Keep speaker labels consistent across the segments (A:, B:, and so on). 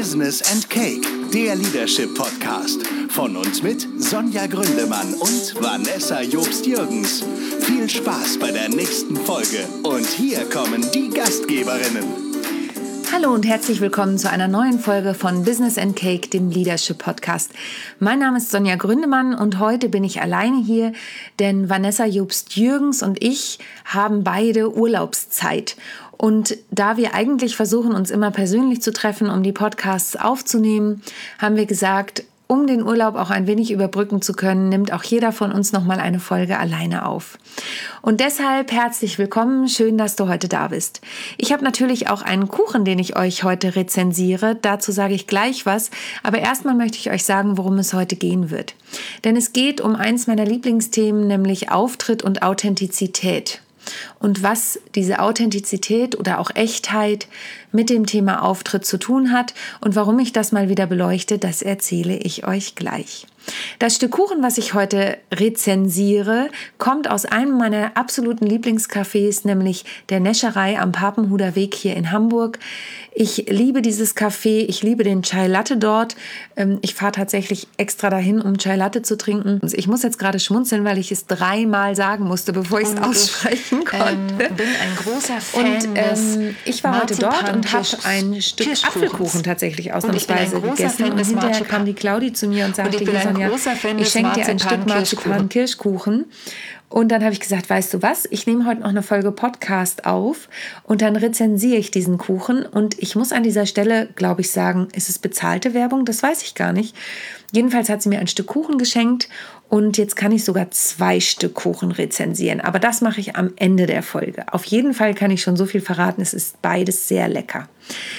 A: Business and Cake, der Leadership Podcast. Von und mit Sonja Gründemann und Vanessa Jobst-Jürgens. Viel Spaß bei der nächsten Folge. Und hier kommen die Gastgeberinnen.
B: Hallo und herzlich willkommen zu einer neuen Folge von Business and Cake, dem Leadership Podcast. Mein Name ist Sonja Gründemann und heute bin ich alleine hier, denn Vanessa Jobst-Jürgens und ich haben beide Urlaubszeit. Und da wir eigentlich versuchen, uns immer persönlich zu treffen, um die Podcasts aufzunehmen, haben wir gesagt, um den Urlaub auch ein wenig überbrücken zu können, nimmt auch jeder von uns nochmal eine Folge alleine auf. Und deshalb herzlich willkommen, schön, dass du heute da bist. Ich habe natürlich auch einen Kuchen, den ich euch heute rezensiere, dazu sage ich gleich was, aber erstmal möchte ich euch sagen, worum es heute gehen wird. Denn es geht um eins meiner Lieblingsthemen, nämlich Auftritt und Authentizität. Und was diese Authentizität oder auch Echtheit mit dem Thema Auftritt zu tun hat und warum ich das mal wieder beleuchte, das erzähle ich euch gleich. Das Stück Kuchen, was ich heute rezensiere, kommt aus einem meiner absoluten Lieblingscafés, nämlich der Näscherei am Papenhuder Weg hier in Hamburg. Ich liebe dieses Café, ich liebe den Chai Latte dort. Ich fahre tatsächlich extra dahin, um Chai Latte zu trinken. Ich muss jetzt gerade schmunzeln, weil ich es 3-mal sagen musste, bevor ich es aussprechen konnte.
C: Ich bin ein großer Fan
B: und ich war heute dort und habe ein Stück Apfelkuchen tatsächlich ausnahmsweise gegessen. Und hinterher kam die Claudi zu mir und sagte, ich schenke dir ein Stück Marzipan-Kirschkuchen. Und dann habe ich gesagt, weißt du was, ich nehme heute noch eine Folge Podcast auf und dann rezensiere ich diesen Kuchen. Und ich muss an dieser Stelle, glaube ich, sagen, ist es bezahlte Werbung? Das weiß ich gar nicht. Jedenfalls hat sie mir ein Stück Kuchen geschenkt und jetzt kann ich sogar 2 Stück Kuchen rezensieren. Aber das mache ich am Ende der Folge. Auf jeden Fall kann ich schon so viel verraten, es ist beides sehr lecker.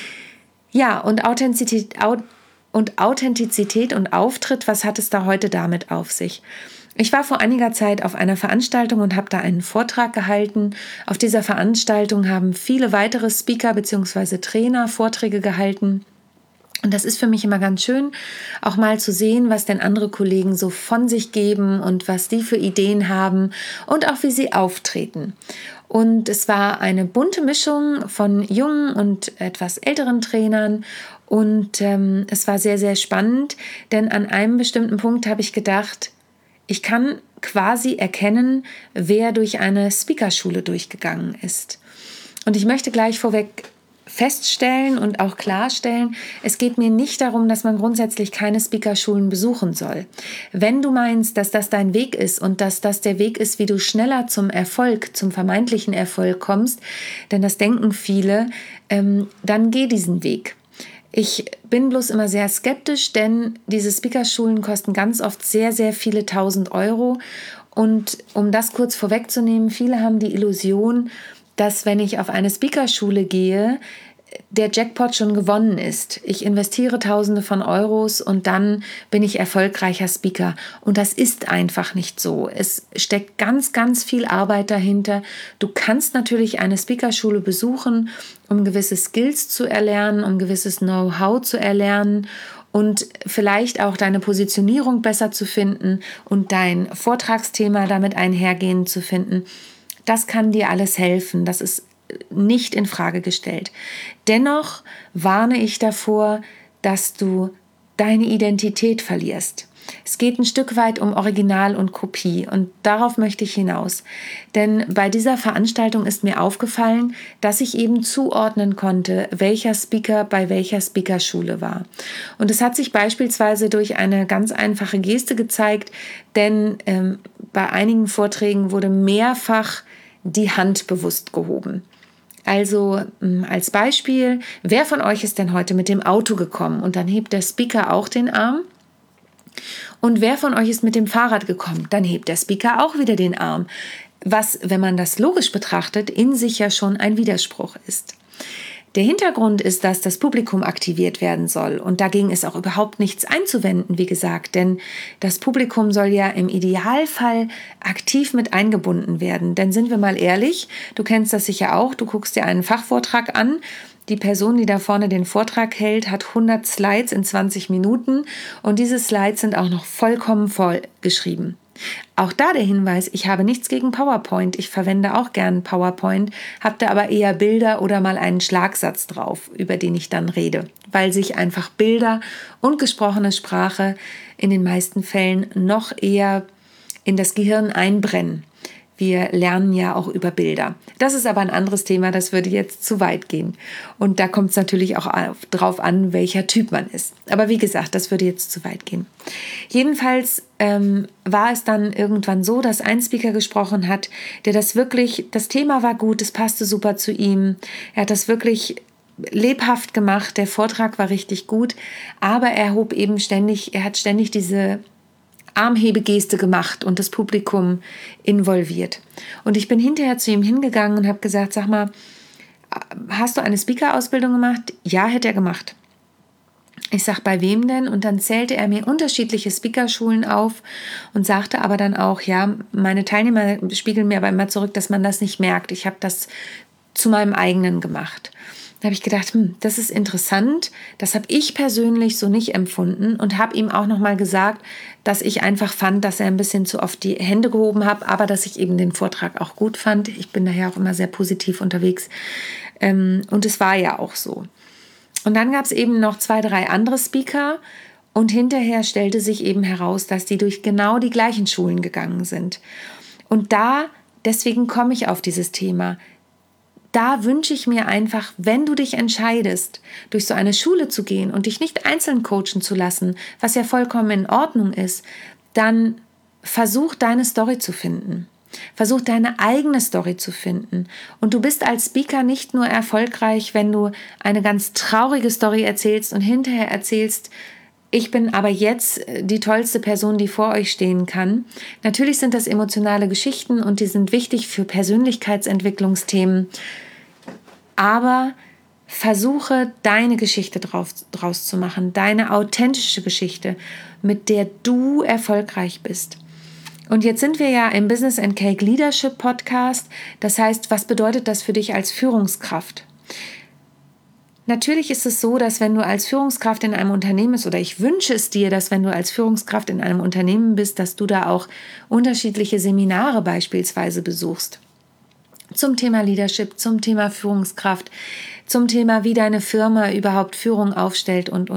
B: Ja, und Authentizität und Auftritt, was hat es da heute damit auf sich? Ich war vor einiger Zeit auf einer Veranstaltung und habe da einen Vortrag gehalten. Auf dieser Veranstaltung haben viele weitere Speaker bzw. Trainer Vorträge gehalten. Und das ist für mich immer ganz schön, auch mal zu sehen, was denn andere Kollegen so von sich geben und was die für Ideen haben und auch wie sie auftreten. Und es war eine bunte Mischung von jungen und etwas älteren Trainern und es war sehr, sehr spannend, denn an einem bestimmten Punkt habe ich gedacht, ich kann quasi erkennen, wer durch eine Speakerschule durchgegangen ist. Und ich möchte gleich vorweg feststellen und auch klarstellen, es geht mir nicht darum, dass man grundsätzlich keine Speakerschulen besuchen soll. Wenn du meinst, dass das dein Weg ist und dass das der Weg ist, wie du schneller zum Erfolg, zum vermeintlichen Erfolg kommst, denn das denken viele, dann geh diesen Weg. Ich bin bloß immer sehr skeptisch, denn diese Speakerschulen kosten ganz oft sehr, sehr viele 1.000 Euro. Und um das kurz vorwegzunehmen, viele haben die Illusion, dass wenn ich auf eine Speakerschule gehe, der Jackpot schon gewonnen ist. Ich investiere Tausende von Euros und dann bin ich erfolgreicher Speaker. Und das ist einfach nicht so. Es steckt ganz, ganz viel Arbeit dahinter. Du kannst natürlich eine Speakerschule besuchen, um gewisse Skills zu erlernen, um gewisses Know-how zu erlernen und vielleicht auch deine Positionierung besser zu finden und dein Vortragsthema damit einhergehend zu finden. Das kann dir alles helfen. Das ist nicht in Frage gestellt. Dennoch warne ich davor, dass du deine Identität verlierst. Es geht ein Stück weit um Original und Kopie und darauf möchte ich hinaus. Denn bei dieser Veranstaltung ist mir aufgefallen, dass ich eben zuordnen konnte, welcher Speaker bei welcher Speakerschule war. Und es hat sich beispielsweise durch eine ganz einfache Geste gezeigt, denn bei einigen Vorträgen wurde mehrfach die Hand bewusst gehoben. Also als Beispiel, wer von euch ist denn heute mit dem Auto gekommen? Und dann hebt der Speaker auch den Arm. Und wer von euch ist mit dem Fahrrad gekommen? Dann hebt der Speaker auch wieder den Arm. Was, wenn man das logisch betrachtet, in sich ja schon ein Widerspruch ist. Der Hintergrund ist, dass das Publikum aktiviert werden soll und dagegen ist auch überhaupt nichts einzuwenden, wie gesagt, denn das Publikum soll ja im Idealfall aktiv mit eingebunden werden, denn sind wir mal ehrlich, du kennst das sicher auch, du guckst dir einen Fachvortrag an, die Person, die da vorne den Vortrag hält, hat 100 Slides in 20 Minuten und diese Slides sind auch noch vollkommen voll geschrieben. Auch da der Hinweis, ich habe nichts gegen PowerPoint. Ich verwende auch gern PowerPoint, habe da aber eher Bilder oder mal einen Schlagsatz drauf, über den ich dann rede, weil sich einfach Bilder und gesprochene Sprache in den meisten Fällen noch eher in das Gehirn einbrennen. Wir lernen ja auch über Bilder. Das ist aber ein anderes Thema, das würde jetzt zu weit gehen. Und da kommt es natürlich auch drauf an, welcher Typ man ist. Aber wie gesagt, das würde jetzt zu weit gehen. Jedenfalls war es dann irgendwann so, dass ein Speaker gesprochen hat, der das Thema war gut, es passte super zu ihm. Er hat das wirklich lebhaft gemacht, der Vortrag war richtig gut, aber er hat ständig diese Armhebegeste gemacht und das Publikum involviert. Und ich bin hinterher zu ihm hingegangen und habe gesagt, sag mal, hast du eine Speaker-Ausbildung gemacht? Ja, hätte er gemacht. Ich sag, bei wem denn? Und dann zählte er mir unterschiedliche Speakerschulen auf und sagte aber dann auch, ja, meine Teilnehmer spiegeln mir aber immer zurück, dass man das nicht merkt. Ich habe das zu meinem eigenen gemacht. Da habe ich gedacht, das ist interessant, das habe ich persönlich so nicht empfunden und habe ihm auch nochmal gesagt, dass ich einfach fand, dass er ein bisschen zu oft die Hände gehoben hat, aber dass ich eben den Vortrag auch gut fand. Ich bin daher auch immer sehr positiv unterwegs und es war ja auch so. Und dann gab es eben noch 2, 3 andere Speaker und hinterher stellte sich eben heraus, dass die durch genau die gleichen Schulen gegangen sind. Und deswegen komme ich auf dieses Thema. Da wünsche ich mir einfach, wenn du dich entscheidest, durch so eine Schule zu gehen und dich nicht einzeln coachen zu lassen, was ja vollkommen in Ordnung ist, dann versuch deine Story zu finden. Versuch deine eigene Story zu finden. Und du bist als Speaker nicht nur erfolgreich, wenn du eine ganz traurige Story erzählst und hinterher erzählst, ich bin aber jetzt die tollste Person, die vor euch stehen kann. Natürlich sind das emotionale Geschichten und die sind wichtig für Persönlichkeitsentwicklungsthemen. Aber versuche, deine Geschichte draus zu machen, deine authentische Geschichte, mit der du erfolgreich bist. Und jetzt sind wir ja im Business and Cake Leadership Podcast. Das heißt, was bedeutet das für dich als Führungskraft? Natürlich ist es so, dass wenn du als Führungskraft in einem Unternehmen bist, oder ich wünsche es dir, dass wenn du als Führungskraft in einem Unternehmen bist, dass du da auch unterschiedliche Seminare beispielsweise besuchst. Zum Thema Leadership, zum Thema Führungskraft, zum Thema, wie deine Firma überhaupt Führung aufstellt und.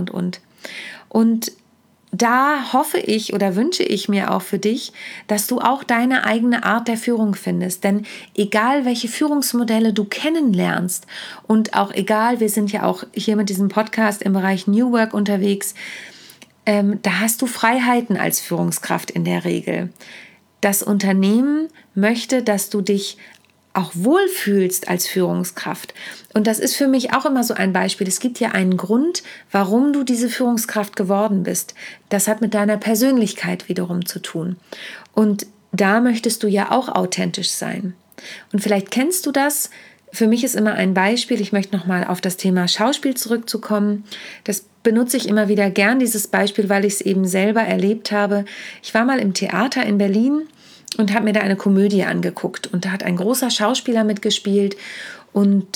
B: Und da hoffe ich oder wünsche ich mir auch für dich, dass du auch deine eigene Art der Führung findest. Denn egal, welche Führungsmodelle du kennenlernst und auch egal, wir sind ja auch hier mit diesem Podcast im Bereich New Work unterwegs, da hast du Freiheiten als Führungskraft in der Regel. Das Unternehmen möchte, dass du dich auch wohlfühlst als Führungskraft. Und das ist für mich auch immer so ein Beispiel. Es gibt ja einen Grund, warum du diese Führungskraft geworden bist. Das hat mit deiner Persönlichkeit wiederum zu tun. Und da möchtest du ja auch authentisch sein. Und vielleicht kennst du das. Für mich ist immer ein Beispiel, ich möchte nochmal auf das Thema Schauspiel zurückzukommen. Das benutze ich immer wieder gern, dieses Beispiel, weil ich es eben selber erlebt habe. Ich war mal im Theater in Berlin und habe mir da eine Komödie angeguckt. Und da hat ein großer Schauspieler mitgespielt. Und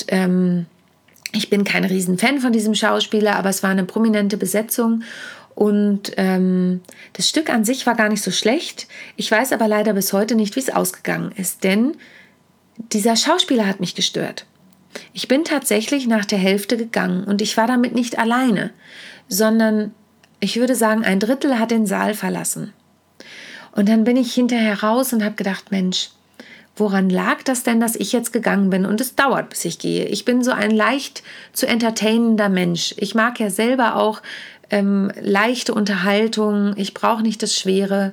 B: ich bin kein Riesenfan von diesem Schauspieler, aber es war eine prominente Besetzung. Und das Stück an sich war gar nicht so schlecht. Ich weiß aber leider bis heute nicht, wie es ausgegangen ist. Denn dieser Schauspieler hat mich gestört. Ich bin tatsächlich nach der Hälfte gegangen. Und ich war damit nicht alleine, sondern ich würde sagen, 1/3 hat den Saal verlassen. Und dann bin ich hinterher raus und habe gedacht, Mensch, woran lag das denn, dass ich jetzt gegangen bin? Und es dauert, bis ich gehe. Ich bin so ein leicht zu entertainender Mensch. Ich mag ja selber auch leichte Unterhaltung. Ich brauche nicht das Schwere.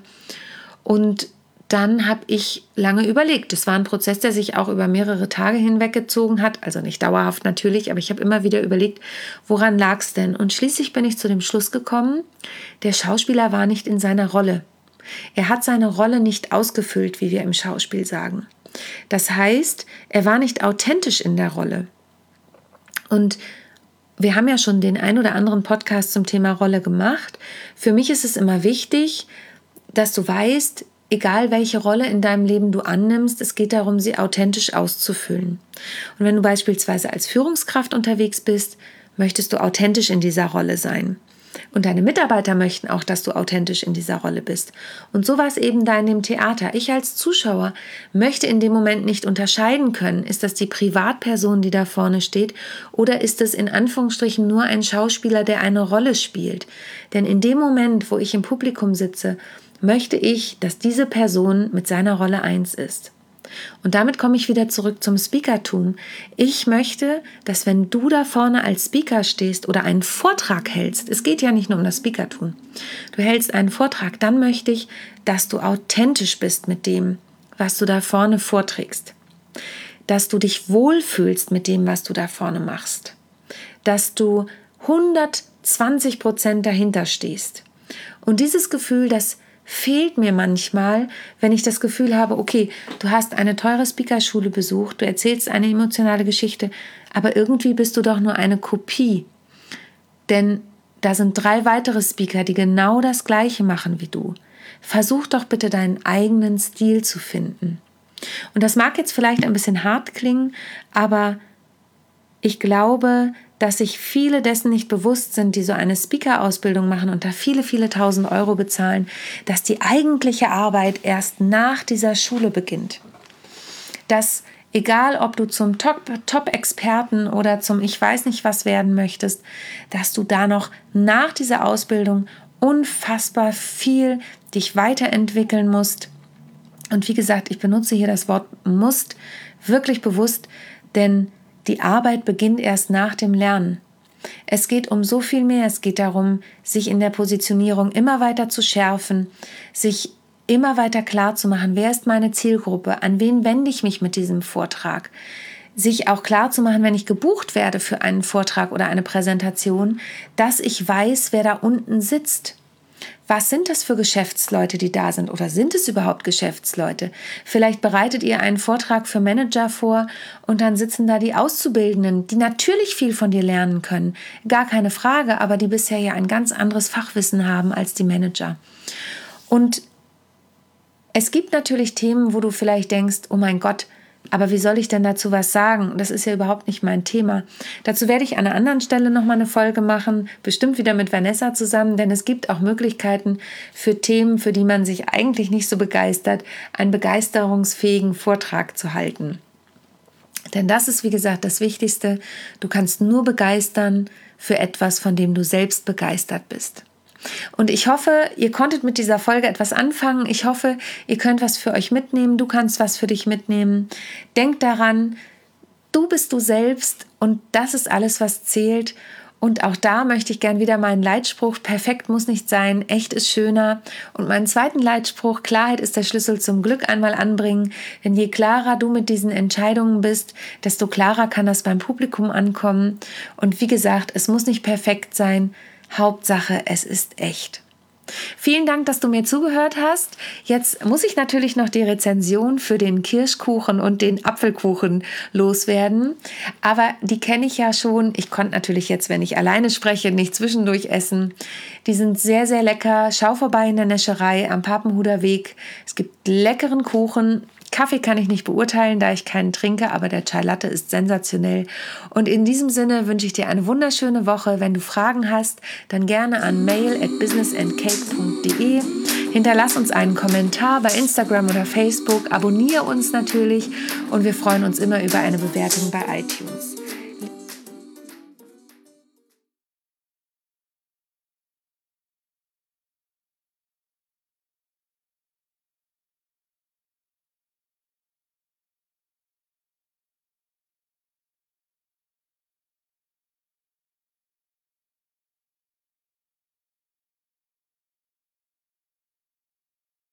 B: Und dann habe ich lange überlegt. Es war ein Prozess, der sich auch über mehrere Tage hinweggezogen hat. Also nicht dauerhaft natürlich, aber ich habe immer wieder überlegt, woran lag es denn? Und schließlich bin ich zu dem Schluss gekommen, der Schauspieler war nicht in seiner Rolle. Er hat seine Rolle nicht ausgefüllt, wie wir im Schauspiel sagen. Das heißt, er war nicht authentisch in der Rolle. Und wir haben ja schon den ein oder anderen Podcast zum Thema Rolle gemacht. Für mich ist es immer wichtig, dass du weißt, egal welche Rolle in deinem Leben du annimmst, es geht darum, sie authentisch auszufüllen. Und wenn du beispielsweise als Führungskraft unterwegs bist, möchtest du authentisch in dieser Rolle sein. Und deine Mitarbeiter möchten auch, dass du authentisch in dieser Rolle bist. Und so war es eben da in dem Theater. Ich als Zuschauer möchte in dem Moment nicht unterscheiden können, ist das die Privatperson, die da vorne steht, oder ist es in Anführungsstrichen nur ein Schauspieler, der eine Rolle spielt. Denn in dem Moment, wo ich im Publikum sitze, möchte ich, dass diese Person mit seiner Rolle eins ist. Und damit komme ich wieder zurück zum Speakertum. Ich möchte, dass wenn du da vorne als Speaker stehst oder einen Vortrag hältst, es geht ja nicht nur um das Speakertum, du hältst einen Vortrag, dann möchte ich, dass du authentisch bist mit dem, was du da vorne vorträgst. Dass du dich wohlfühlst mit dem, was du da vorne machst. Dass du 120% dahinter stehst. Und dieses Gefühl, das fehlt mir manchmal, wenn ich das Gefühl habe, okay, du hast eine teure Speakerschule besucht, du erzählst eine emotionale Geschichte, aber irgendwie bist du doch nur eine Kopie. Denn da sind 3 weitere Speaker, die genau das Gleiche machen wie du. Versuch doch bitte deinen eigenen Stil zu finden. Und das mag jetzt vielleicht ein bisschen hart klingen, aber ich glaube, dass sich viele dessen nicht bewusst sind, die so eine Speaker-Ausbildung machen und da viele, viele tausend Euro bezahlen, dass die eigentliche Arbeit erst nach dieser Schule beginnt. Dass egal, ob du zum Top-Experten oder zum Ich weiß nicht was werden möchtest, dass du da noch nach dieser Ausbildung unfassbar viel dich weiterentwickeln musst. Und wie gesagt, ich benutze hier das Wort musst wirklich bewusst, denn die Arbeit beginnt erst nach dem Lernen. Es geht um so viel mehr. Es geht darum, sich in der Positionierung immer weiter zu schärfen, sich immer weiter klar zu machen, wer ist meine Zielgruppe, an wen wende ich mich mit diesem Vortrag. Sich auch klar zu machen, wenn ich gebucht werde für einen Vortrag oder eine Präsentation, dass ich weiß, wer da unten sitzt. Was sind das für Geschäftsleute, die da sind? Oder sind es überhaupt Geschäftsleute? Vielleicht bereitet ihr einen Vortrag für Manager vor und dann sitzen da die Auszubildenden, die natürlich viel von dir lernen können. Gar keine Frage, aber die bisher ja ein ganz anderes Fachwissen haben als die Manager. Und es gibt natürlich Themen, wo du vielleicht denkst, oh mein Gott, aber wie soll ich denn dazu was sagen? Das ist ja überhaupt nicht mein Thema. Dazu werde ich an einer anderen Stelle nochmal eine Folge machen, bestimmt wieder mit Vanessa zusammen, denn es gibt auch Möglichkeiten für Themen, für die man sich eigentlich nicht so begeistert, einen begeisterungsfähigen Vortrag zu halten. Denn das ist, wie gesagt, das Wichtigste. Du kannst nur begeistern für etwas, von dem du selbst begeistert bist. Und ich hoffe, ihr konntet mit dieser Folge etwas anfangen. Ich hoffe, ihr könnt was für euch mitnehmen. Du kannst was für dich mitnehmen. Denk daran, du bist du selbst und das ist alles, was zählt. Und auch da möchte ich gern wieder meinen Leitspruch, perfekt muss nicht sein, echt ist schöner. Und meinen zweiten Leitspruch, Klarheit ist der Schlüssel zum Glück, einmal anbringen. Denn je klarer du mit diesen Entscheidungen bist, desto klarer kann das beim Publikum ankommen. Und wie gesagt, es muss nicht perfekt sein. Hauptsache, es ist echt. Vielen Dank, dass du mir zugehört hast. Jetzt muss ich natürlich noch die Rezension für den Kirschkuchen und den Apfelkuchen loswerden. Aber die kenne ich ja schon. Ich konnte natürlich jetzt, wenn ich alleine spreche, nicht zwischendurch essen. Die sind sehr, sehr lecker. Schau vorbei in der Näscherei am Papenhuder Weg. Es gibt leckeren Kuchen. Kaffee kann ich nicht beurteilen, da ich keinen trinke, aber der Chai Latte ist sensationell. Und in diesem Sinne wünsche ich dir eine wunderschöne Woche. Wenn du Fragen hast, dann gerne an mail@businessandcake.de. Hinterlass uns einen Kommentar bei Instagram oder Facebook. Abonniere uns natürlich und wir freuen uns immer über eine Bewertung bei iTunes.